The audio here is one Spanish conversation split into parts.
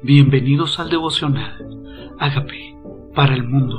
Bienvenidos al devocional Ágape para el mundo.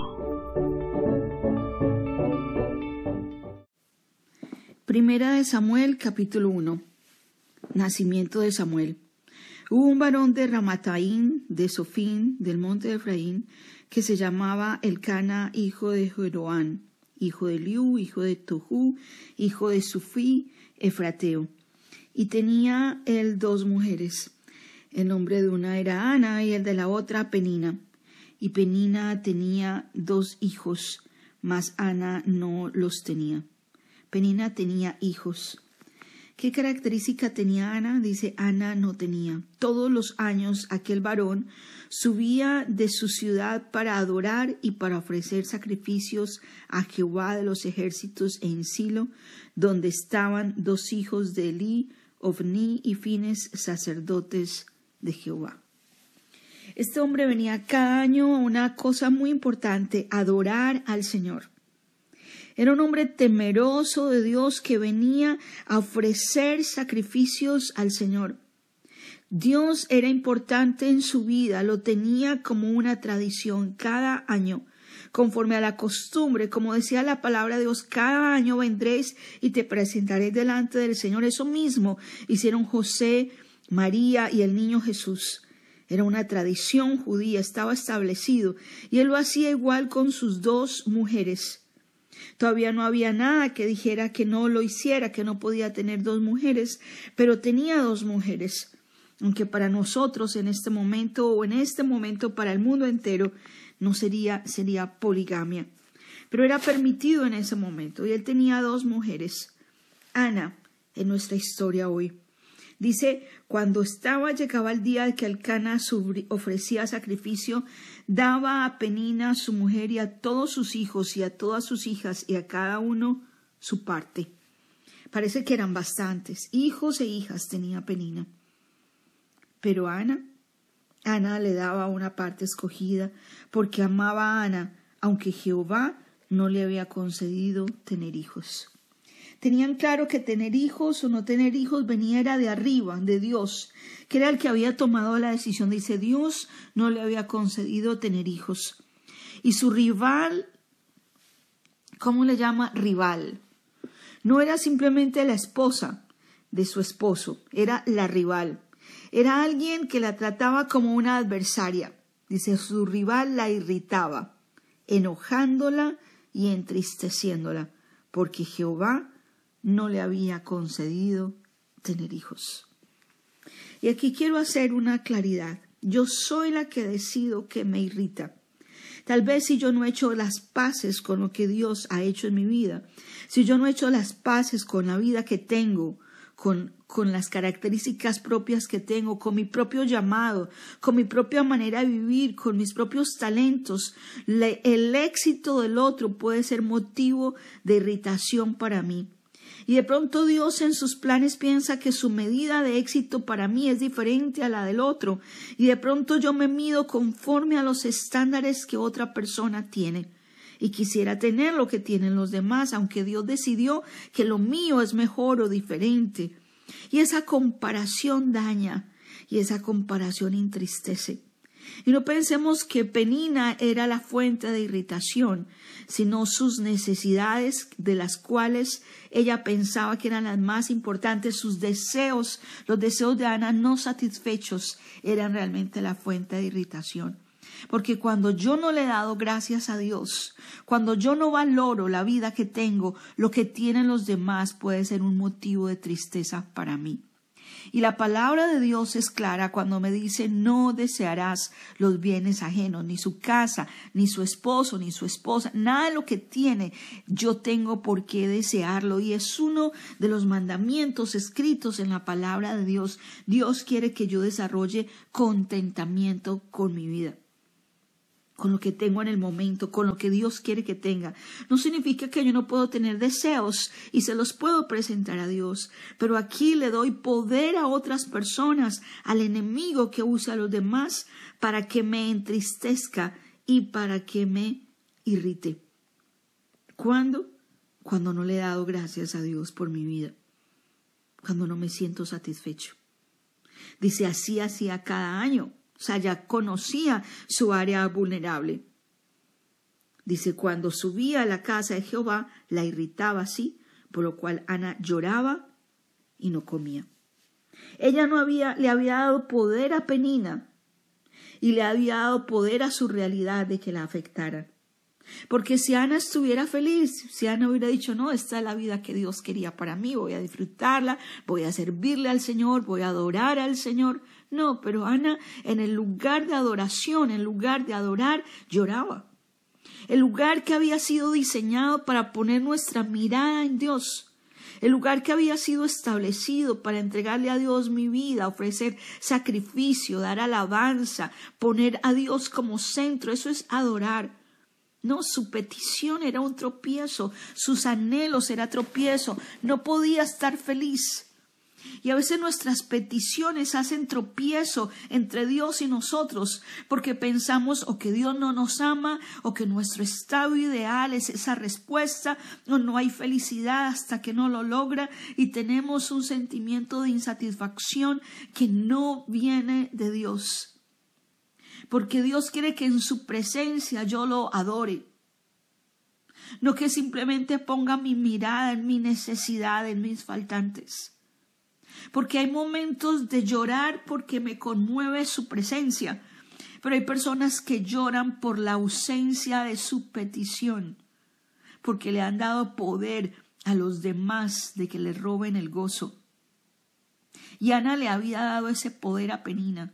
Primera de Samuel, capítulo 1. Nacimiento de Samuel. Hubo un varón de Ramataim, de Sofín, del monte de Efraín, que se llamaba Elcana, hijo de Jeroán, hijo de Eliú, hijo de Tohu, hijo de Sufí, efrateo. Y tenía él 2 mujeres. El nombre de una era Ana y el de la otra Penina. Y Penina tenía 2 hijos, mas Ana no los tenía. Penina tenía hijos. ¿Qué característica tenía Ana? Dice, Ana no tenía. Todos los años aquel varón subía de su ciudad para adorar y para ofrecer sacrificios a Jehová de los ejércitos en Silo, donde estaban 2 hijos de Elí, Ofni y Fines, sacerdotes de Jehová. Este hombre venía cada año a una cosa muy importante, adorar al Señor. Era un hombre temeroso de Dios que venía a ofrecer sacrificios al Señor. Dios era importante en su vida, lo tenía como una tradición cada año, conforme a la costumbre, como decía la palabra de Dios, cada año vendréis y te presentaréis delante del Señor. Eso mismo hicieron José, María y el niño Jesús. Era una tradición judía, estaba establecido, y él lo hacía igual con sus 2 mujeres. Todavía no había nada que dijera que no lo hiciera, que no podía tener 2 mujeres, pero tenía 2 mujeres. Aunque para nosotros en este momento para el mundo entero no sería poligamia. Pero era permitido en ese momento y él tenía 2 mujeres. Ana, en nuestra historia hoy. Dice, cuando llegaba el día de que Elcana ofrecía sacrificio, daba a Penina su mujer y a todos sus hijos y a todas sus hijas y a cada uno su parte. Parece que eran bastantes, hijos e hijas tenía Penina. Pero Ana le daba una parte escogida porque amaba a Ana, aunque Jehová no le había concedido tener hijos. Tenían claro que tener hijos o no tener hijos venía de arriba, de Dios, que era el que había tomado la decisión. Dice, Dios no le había concedido tener hijos. Y su rival, ¿cómo le llama? Rival. No era simplemente la esposa de su esposo, era la rival. Era alguien que la trataba como una adversaria. Dice, su rival la irritaba, enojándola y entristeciéndola, porque Jehová no le había concedido tener hijos. Y aquí quiero hacer una claridad. Yo soy la que decido que me irrita. Tal vez si yo no he hecho las paces con lo que Dios ha hecho en mi vida, si yo no he hecho las paces con la vida que tengo, con las características propias que tengo, con mi propio llamado, con mi propia manera de vivir, con mis propios talentos, el éxito del otro puede ser motivo de irritación para mí. Y de pronto Dios en sus planes piensa que su medida de éxito para mí es diferente a la del otro. Y de pronto yo me mido conforme a los estándares que otra persona tiene. Y quisiera tener lo que tienen los demás, aunque Dios decidió que lo mío es mejor o diferente. Y esa comparación daña y esa comparación entristece. Y no pensemos que Penina era la fuente de irritación, sino sus necesidades, de las cuales ella pensaba que eran las más importantes, sus deseos, los deseos de Ana no satisfechos, eran realmente la fuente de irritación. Porque cuando yo no le he dado gracias a Dios, cuando yo no valoro la vida que tengo, lo que tienen los demás puede ser un motivo de tristeza para mí. Y la palabra de Dios es clara cuando me dice, no desearás los bienes ajenos, ni su casa, ni su esposo, ni su esposa, nada de lo que tiene, yo tengo por qué desearlo. Y es uno de los mandamientos escritos en la palabra de Dios. Dios quiere que yo desarrolle contentamiento con mi vida, con lo que tengo en el momento, con lo que Dios quiere que tenga. No significa que yo no puedo tener deseos y se los puedo presentar a Dios, pero aquí le doy poder a otras personas, al enemigo que usa a los demás para que me entristezca y para que me irrite. ¿Cuándo? Cuando no le he dado gracias a Dios por mi vida, cuando no me siento satisfecho. Dice, así hacía cada año. O sea, ya conocía su área vulnerable. Dice, cuando subía a la casa de Jehová, la irritaba así, por lo cual Ana lloraba y no comía. Ella le había dado poder a Penina y le había dado poder a su realidad de que la afectaran. Porque si Ana estuviera feliz, si Ana hubiera dicho, no, esta es la vida que Dios quería para mí, voy a disfrutarla, voy a servirle al Señor, voy a adorar al Señor. No, pero Ana en el lugar de adoración, en lugar de adorar, lloraba. El lugar que había sido diseñado para poner nuestra mirada en Dios. El lugar que había sido establecido para entregarle a Dios mi vida, ofrecer sacrificio, dar alabanza, poner a Dios como centro, eso es adorar. No, su petición era un tropiezo, sus anhelos era tropiezo, no podía estar feliz. Y a veces nuestras peticiones hacen tropiezo entre Dios y nosotros, porque pensamos o que Dios no nos ama, o que nuestro estado ideal es esa respuesta, o no hay felicidad hasta que no lo logra, y tenemos un sentimiento de insatisfacción que no viene de Dios. Porque Dios quiere que en su presencia yo lo adore. No que simplemente ponga mi mirada en mi necesidad, en mis faltantes. Porque hay momentos de llorar porque me conmueve su presencia. Pero hay personas que lloran por la ausencia de su petición. Porque le han dado poder a los demás de que le roben el gozo. Y Ana le había dado ese poder a Penina.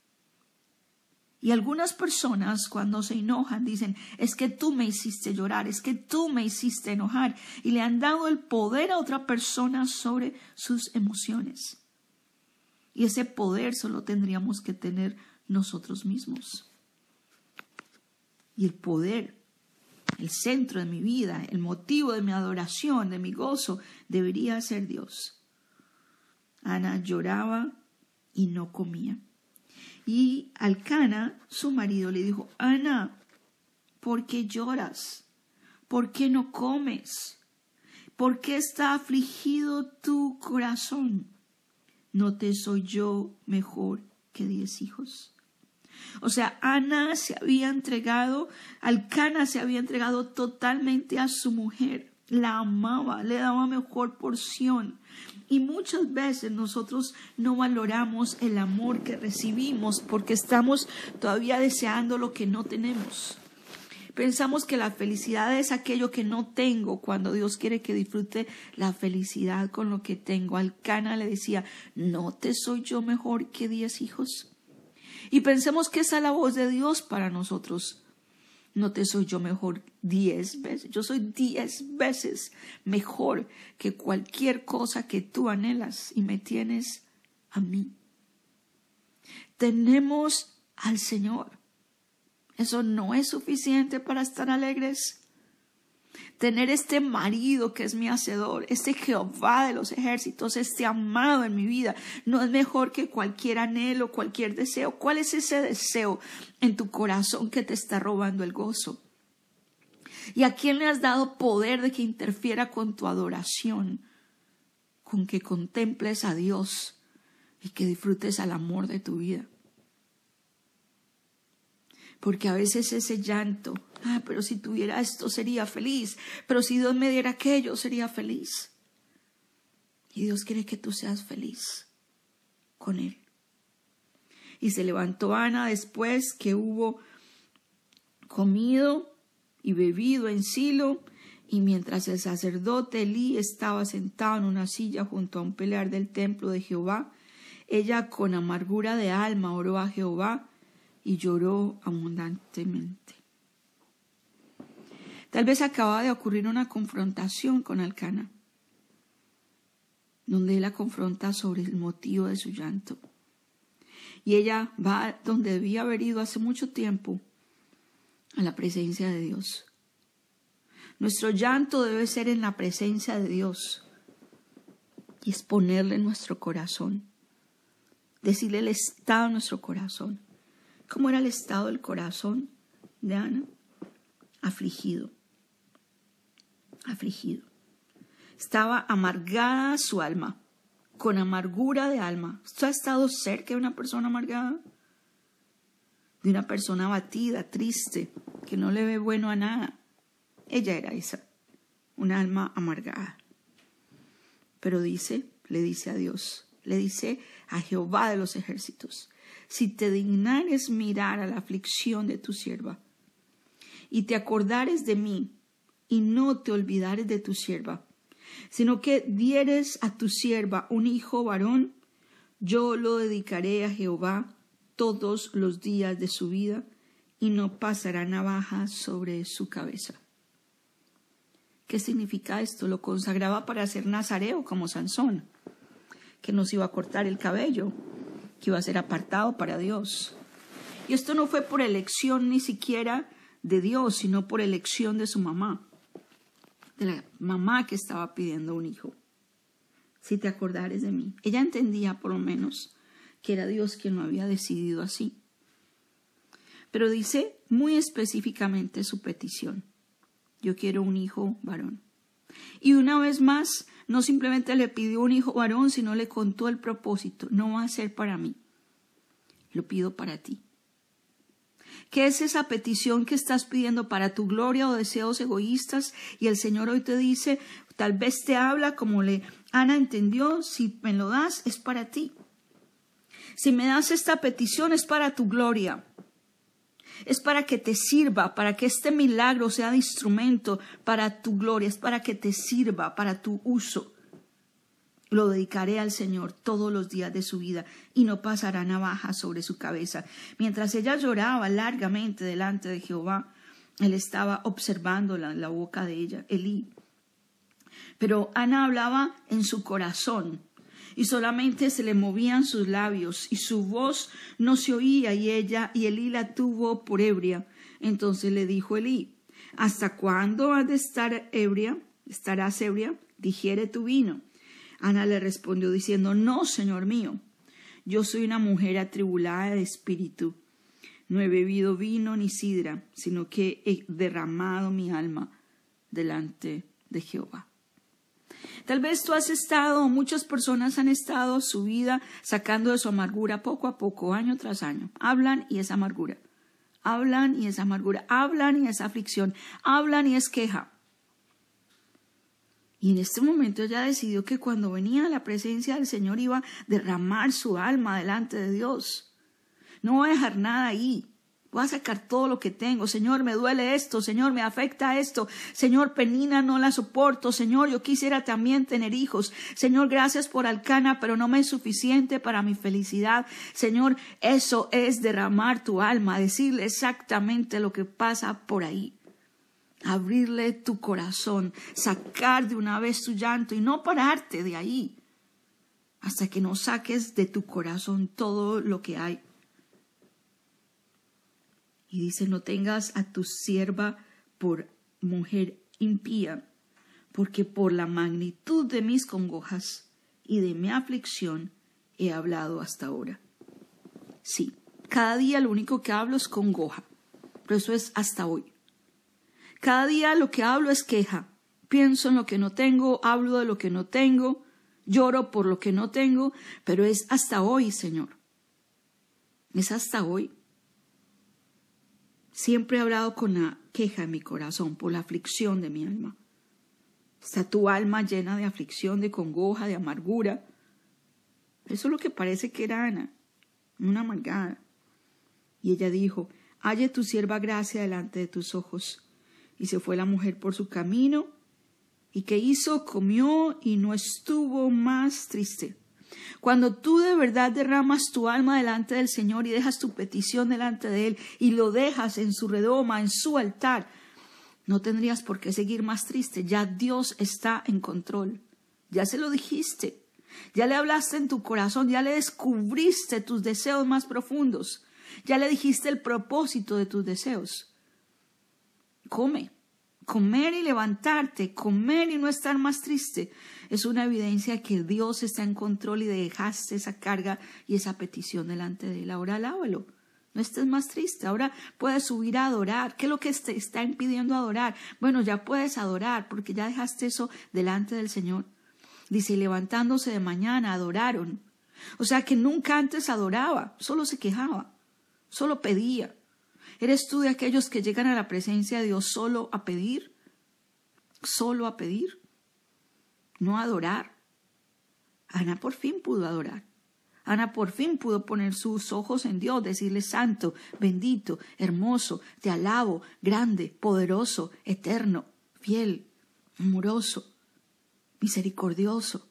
Y algunas personas cuando se enojan dicen, es que tú me hiciste llorar, es que tú me hiciste enojar. Y le han dado el poder a otra persona sobre sus emociones. Y ese poder solo tendríamos que tener nosotros mismos. Y el poder, el centro de mi vida, el motivo de mi adoración, de mi gozo, debería ser Dios. Ana lloraba y no comía. Y Alcana, su marido, le dijo, Ana, ¿por qué lloras? ¿Por qué no comes? ¿Por qué está afligido tu corazón? ¿No te soy yo mejor que 10 hijos? O sea, Alcana se había entregado totalmente a su mujer. La amaba, le daba mejor porción. Y muchas veces nosotros no valoramos el amor que recibimos porque estamos todavía deseando lo que no tenemos. Pensamos que la felicidad es aquello que no tengo, cuando Dios quiere que disfrute la felicidad con lo que tengo. Alcana le decía, ¿no te soy yo mejor que 10 hijos? Y pensemos que esa es la voz de Dios para nosotros. No te soy yo mejor 10 veces. Yo soy 10 veces mejor que cualquier cosa que tú anhelas y me tienes a mí. Tenemos al Señor. Eso no es suficiente para estar alegres. Tener este marido que es mi hacedor, este Jehová de los ejércitos, este amado en mi vida, no es mejor que cualquier anhelo, cualquier deseo. ¿Cuál es ese deseo en tu corazón que te está robando el gozo? ¿Y a quién le has dado poder de que interfiera con tu adoración? Con que contemples a Dios y que disfrutes al amor de tu vida. Porque a veces ese llanto, pero si tuviera esto sería feliz, pero si Dios me diera aquello sería feliz. Y Dios quiere que tú seas feliz con Él. Y se levantó Ana después que hubo comido y bebido en Silo, y mientras el sacerdote Elí estaba sentado en una silla junto a un pilar del templo de Jehová, ella con amargura de alma oró a Jehová y lloró abundantemente. Tal vez acababa de ocurrir una confrontación con Alcana, donde él la confronta sobre el motivo de su llanto. Y ella va donde debía haber ido hace mucho tiempo, a la presencia de Dios. Nuestro llanto debe ser en la presencia de Dios y exponerle nuestro corazón, decirle el estado de nuestro corazón. ¿Cómo era el estado del corazón de Ana? Afligido. Afligido. Estaba amargada su alma, con amargura de alma. ¿Usted ha estado cerca de una persona amargada? de una persona abatida, triste, que no le ve bueno a nada. Ella era esa, un alma amargada. Pero le dice a Dios, le dice a Jehová de los ejércitos: si te dignares mirar a la aflicción de tu sierva, y te acordares de mí, y no te olvidares de tu sierva, sino que dieres a tu sierva un hijo varón, yo lo dedicaré a Jehová todos los días de su vida, y no pasará navaja sobre su cabeza. ¿Qué significa esto? Lo consagraba para ser nazareo como Sansón, que no se iba a cortar el cabello, que iba a ser apartado para Dios. Y esto no fue por elección ni siquiera de Dios, sino por elección de su mamá, de la mamá que estaba pidiendo un hijo. Si te acordares de mí. Ella entendía por lo menos que era Dios quien lo había decidido así. Pero dice muy específicamente su petición: yo quiero un hijo varón. Y una vez más, no simplemente le pidió un hijo varón, sino le contó el propósito: no va a ser para mí, lo pido para ti. ¿Qué es esa petición que estás pidiendo? ¿Para tu gloria o deseos egoístas? Y el Señor hoy te dice, tal vez te habla como Ana entendió: si me lo das, es para ti. Si me das esta petición, es para tu gloria. Es para que te sirva, para que este milagro sea de instrumento para tu gloria, es para que te sirva, para tu uso. Lo dedicaré al Señor todos los días de su vida, y no pasará navaja sobre su cabeza. Mientras ella lloraba largamente delante de Jehová, él estaba observando la boca de ella, Elí. Pero Ana hablaba en su corazón, y solamente se le movían sus labios, y su voz no se oía, y Elí la tuvo por ebria. Entonces le dijo Elí: ¿hasta cuándo has de estar ebria? ¿Estarás ebria? Digiere tu vino. Ana le respondió diciendo: no, Señor mío, yo soy una mujer atribulada de espíritu. No he bebido vino ni sidra, sino que he derramado mi alma delante de Jehová. Tal vez tú has estado, muchas personas han estado su vida sacando de su amargura poco a poco, año tras año. Hablan y es amargura. Hablan y es amargura. Hablan y es aflicción. Hablan y es queja. Y en este momento ella decidió que cuando venía a la presencia del Señor iba a derramar su alma delante de Dios. No voy a dejar nada ahí. Voy a sacar todo lo que tengo. Señor, me duele esto. Señor, me afecta esto. Señor, Penina no la soporto. Señor, yo quisiera también tener hijos. Señor, gracias por Alcana, pero no me es suficiente para mi felicidad. Señor, eso es derramar tu alma, decirle exactamente lo que pasa por ahí. Abrirle tu corazón, sacar de una vez tu llanto y no pararte de ahí hasta que no saques de tu corazón todo lo que hay. Y dice: no tengas a tu sierva por mujer impía, porque por la magnitud de mis congojas y de mi aflicción he hablado hasta ahora. Sí, cada día lo único que hablo es congoja, pero eso es hasta hoy. Cada día lo que hablo es queja. Pienso en lo que no tengo, hablo de lo que no tengo, lloro por lo que no tengo, pero es hasta hoy, Señor. Es hasta hoy. Siempre he hablado con la queja en mi corazón por la aflicción de mi alma. Está tu alma llena de aflicción, de congoja, de amargura. Eso es lo que parece que era Ana, una amargada. Y ella dijo: halle tu sierva gracia delante de tus ojos. Y se fue la mujer por su camino. ¿Y qué hizo? Comió y no estuvo más triste. Cuando tú de verdad derramas tu alma delante del Señor y dejas tu petición delante de Él y lo dejas en su redoma, en su altar, no tendrías por qué seguir más triste. Ya Dios está en control. Ya se lo dijiste. Ya le hablaste en tu corazón. Ya le descubriste tus deseos más profundos. Ya le dijiste el propósito de tus deseos. Comer y levantarte, comer y no estar más triste, es una evidencia que Dios está en control y dejaste esa carga y esa petición delante de Él. Ahora alábalo, no estés más triste, ahora puedes subir a adorar. ¿Qué es lo que te está impidiendo adorar? Bueno, ya puedes adorar porque ya dejaste eso delante del Señor. Dice: y levantándose de mañana adoraron. O sea que nunca antes adoraba, solo se quejaba. solo pedía. ¿Eres tú de aquellos que llegan a la presencia de Dios solo a pedir? ¿Solo a pedir? No a adorar. Ana por fin pudo adorar. Ana por fin pudo poner sus ojos en Dios, decirle: santo, bendito, hermoso, te alabo, grande, poderoso, eterno, fiel, amoroso, misericordioso.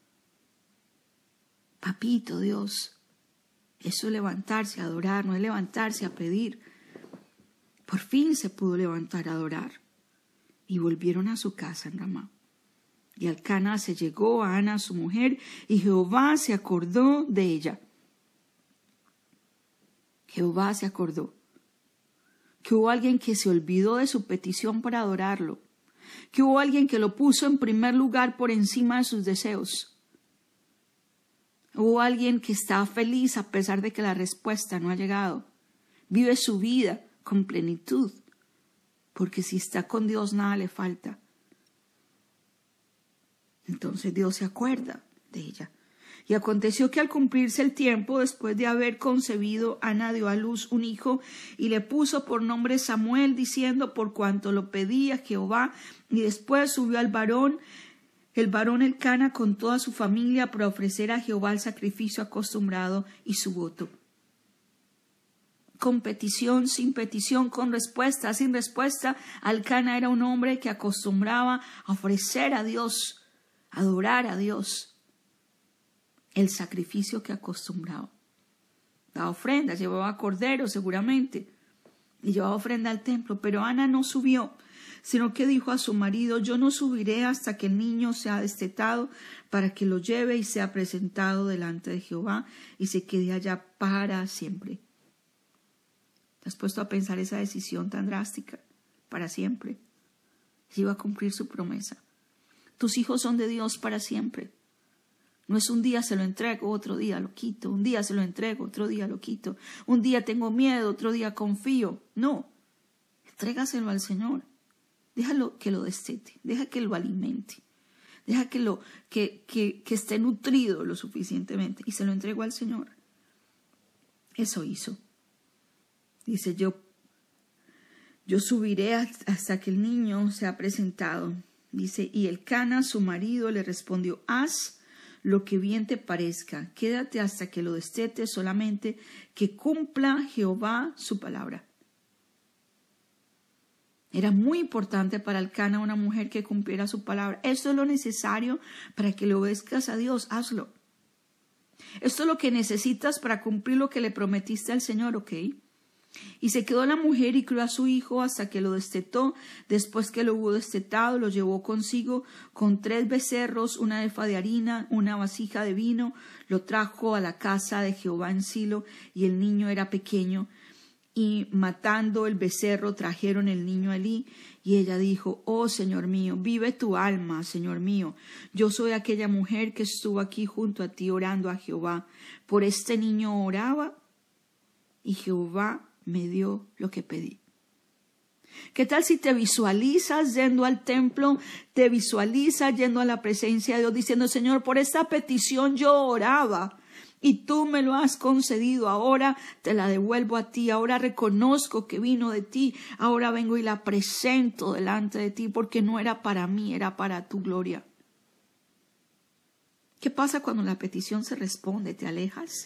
Papito Dios. Eso es levantarse a adorar, no es levantarse a pedir. Por fin se pudo levantar a adorar. Y volvieron a su casa en Ramá. Y Elcana se llegó a Ana su mujer, y Jehová se acordó de ella. Jehová se acordó. Que hubo alguien que se olvidó de su petición para adorarlo. Que hubo alguien que lo puso en primer lugar por encima de sus deseos. Hubo alguien que está feliz a pesar de que la respuesta no ha llegado. Vive su vida con plenitud, porque si está con Dios nada le falta. Entonces Dios se acuerda de ella. Y aconteció que al cumplirse el tiempo, después de haber concebido, Ana dio a luz un hijo y le puso por nombre Samuel, diciendo: por cuanto lo pedía Jehová. Y después subió el varón Elcana con toda su familia para ofrecer a Jehová el sacrificio acostumbrado y su voto. Con petición, sin petición, con respuesta, sin respuesta, Elcana era un hombre que acostumbraba a ofrecer a Dios, adorar a Dios, el sacrificio que acostumbraba. Daba ofrendas, llevaba corderos seguramente, y llevaba ofrenda al templo, pero Ana no subió, sino que dijo a su marido: yo no subiré hasta que el niño sea destetado, para que lo lleve y sea presentado delante de Jehová, y se quede allá para siempre. ¿Te has puesto a pensar esa decisión tan drástica? Para siempre. Se iba a cumplir su promesa. Tus hijos son de Dios para siempre. No es un día se lo entrego, otro día lo quito. Un día se lo entrego, otro día lo quito. Un día tengo miedo, otro día confío. No, entrégaselo al Señor. Déjalo que lo destete, deja que lo alimente. Deja que esté nutrido lo suficientemente. Y se lo entrego al Señor. Eso hizo. Dice: yo subiré hasta que el niño sea presentado. Dice: y Elcana, su marido, le respondió: haz lo que bien te parezca, quédate hasta que lo destete, solamente que cumpla Jehová su palabra. Era muy importante para Elcana una mujer que cumpliera su palabra. Esto es lo necesario para que le obedezcas a Dios, hazlo. Esto es lo que necesitas para cumplir lo que le prometiste al Señor, ¿ok? Y se quedó la mujer y crió a su hijo hasta que lo destetó. Después que lo hubo destetado, lo llevó consigo con 3 becerros, una efa de harina, una vasija de vino. Lo trajo a la casa de Jehová en Silo, y el niño era pequeño. Y matando el becerro, trajeron el niño a Elí. Y ella dijo: oh Señor mío, vive tu alma, Señor mío. Yo soy aquella mujer que estuvo aquí junto a ti orando a Jehová. Por este niño oraba, y Jehová me dio lo que pedí. ¿Qué tal si te visualizas yendo al templo, te visualizas yendo a la presencia de Dios diciendo: Señor, por esta petición yo oraba y tú me lo has concedido, ahora te la devuelvo a ti, ahora reconozco que vino de ti, ahora vengo y la presento delante de ti porque no era para mí, era para tu gloria? ¿Qué pasa cuando la petición se responde? ¿Te alejas?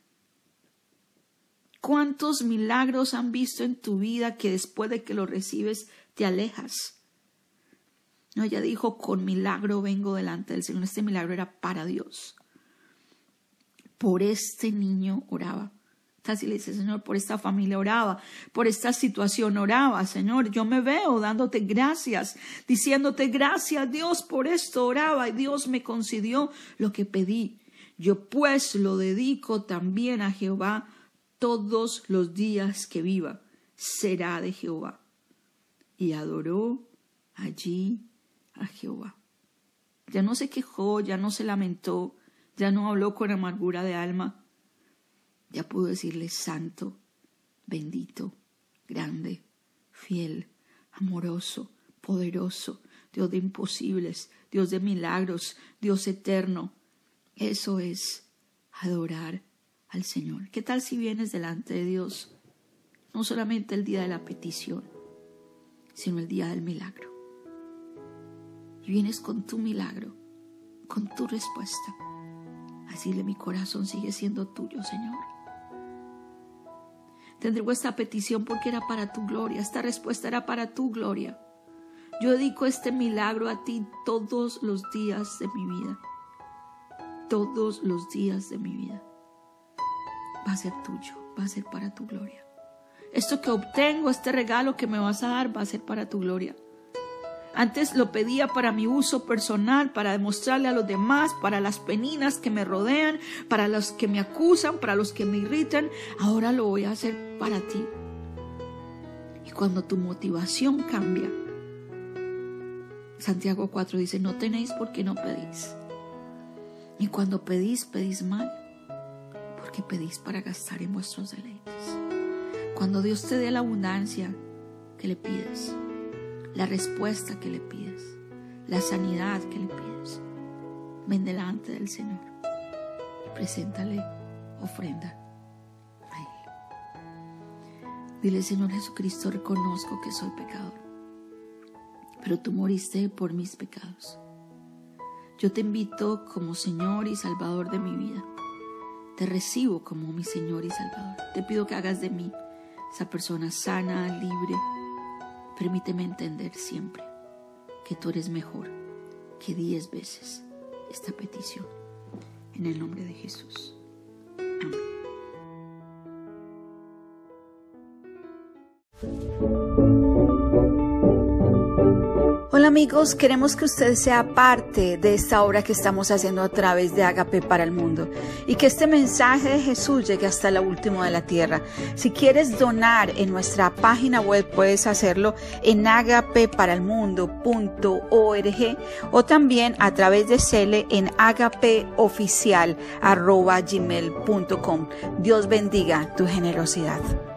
¿Cuántos milagros han visto en tu vida que después de que lo recibes te alejas? No, ella dijo: con milagro vengo delante del Señor. Este milagro era para Dios. Por este niño oraba. Casi le dice: Señor, por esta familia oraba, por esta situación oraba. Señor, yo me veo dándote gracias, diciéndote: gracias Dios, por esto oraba y Dios me concedió lo que pedí. Yo pues lo dedico también a Jehová. Todos los días que viva será de Jehová. Y adoró allí a Jehová. Ya no se quejó, ya no se lamentó, ya no habló con amargura de alma. Ya pudo decirle: santo, bendito, grande, fiel, amoroso, poderoso, Dios de imposibles, Dios de milagros, Dios eterno. Eso es adorar al Señor. ¿Qué tal si vienes delante de Dios no solamente el día de la petición, sino el día del milagro. Y vienes con tu milagro, con tu respuesta. Así mi corazón sigue siendo tuyo, Señor. Te entrego esta petición porque era para tu gloria, esta respuesta era para tu gloria. Yo dedico este milagro a ti todos los días de mi vida. Todos los días de mi vida. Va a ser tuyo, va a ser para tu gloria. Esto que obtengo, este regalo que me vas a dar, va a ser para tu gloria. Antes lo pedía para mi uso personal, para demostrarle a los demás, para las peninas que me rodean, para los que me acusan, para los que me irritan. Ahora lo voy a hacer para ti. Y cuando tu motivación cambia, Santiago 4 dice, no tenéis porque no pedís. Y cuando pedís, pedís mal, porque pedís para gastar en vuestros deleites. Cuando Dios te dé la abundancia que le pides, la respuesta que le pides, la sanidad que le pides, ven delante del Señor y preséntale ofrenda a Él. Dile, Señor Jesucristo, reconozco que soy pecador, pero tú moriste por mis pecados. Yo te invito como Señor y Salvador de mi vida. Te recibo como mi Señor y Salvador. Te pido que hagas de mí esa persona sana, libre. Permíteme entender siempre que tú eres mejor que 10 veces esta petición. En el nombre de Jesús. Amén. Hola amigos, queremos que usted sea parte de esta obra que estamos haciendo a través de Ágape para el mundo y que este mensaje de Jesús llegue hasta lo último de la tierra. Si quieres donar en nuestra página web, puedes hacerlo en agapeparalmundo.org o también a través de Cele en agapeoficial@gmail.com. Dios bendiga tu generosidad.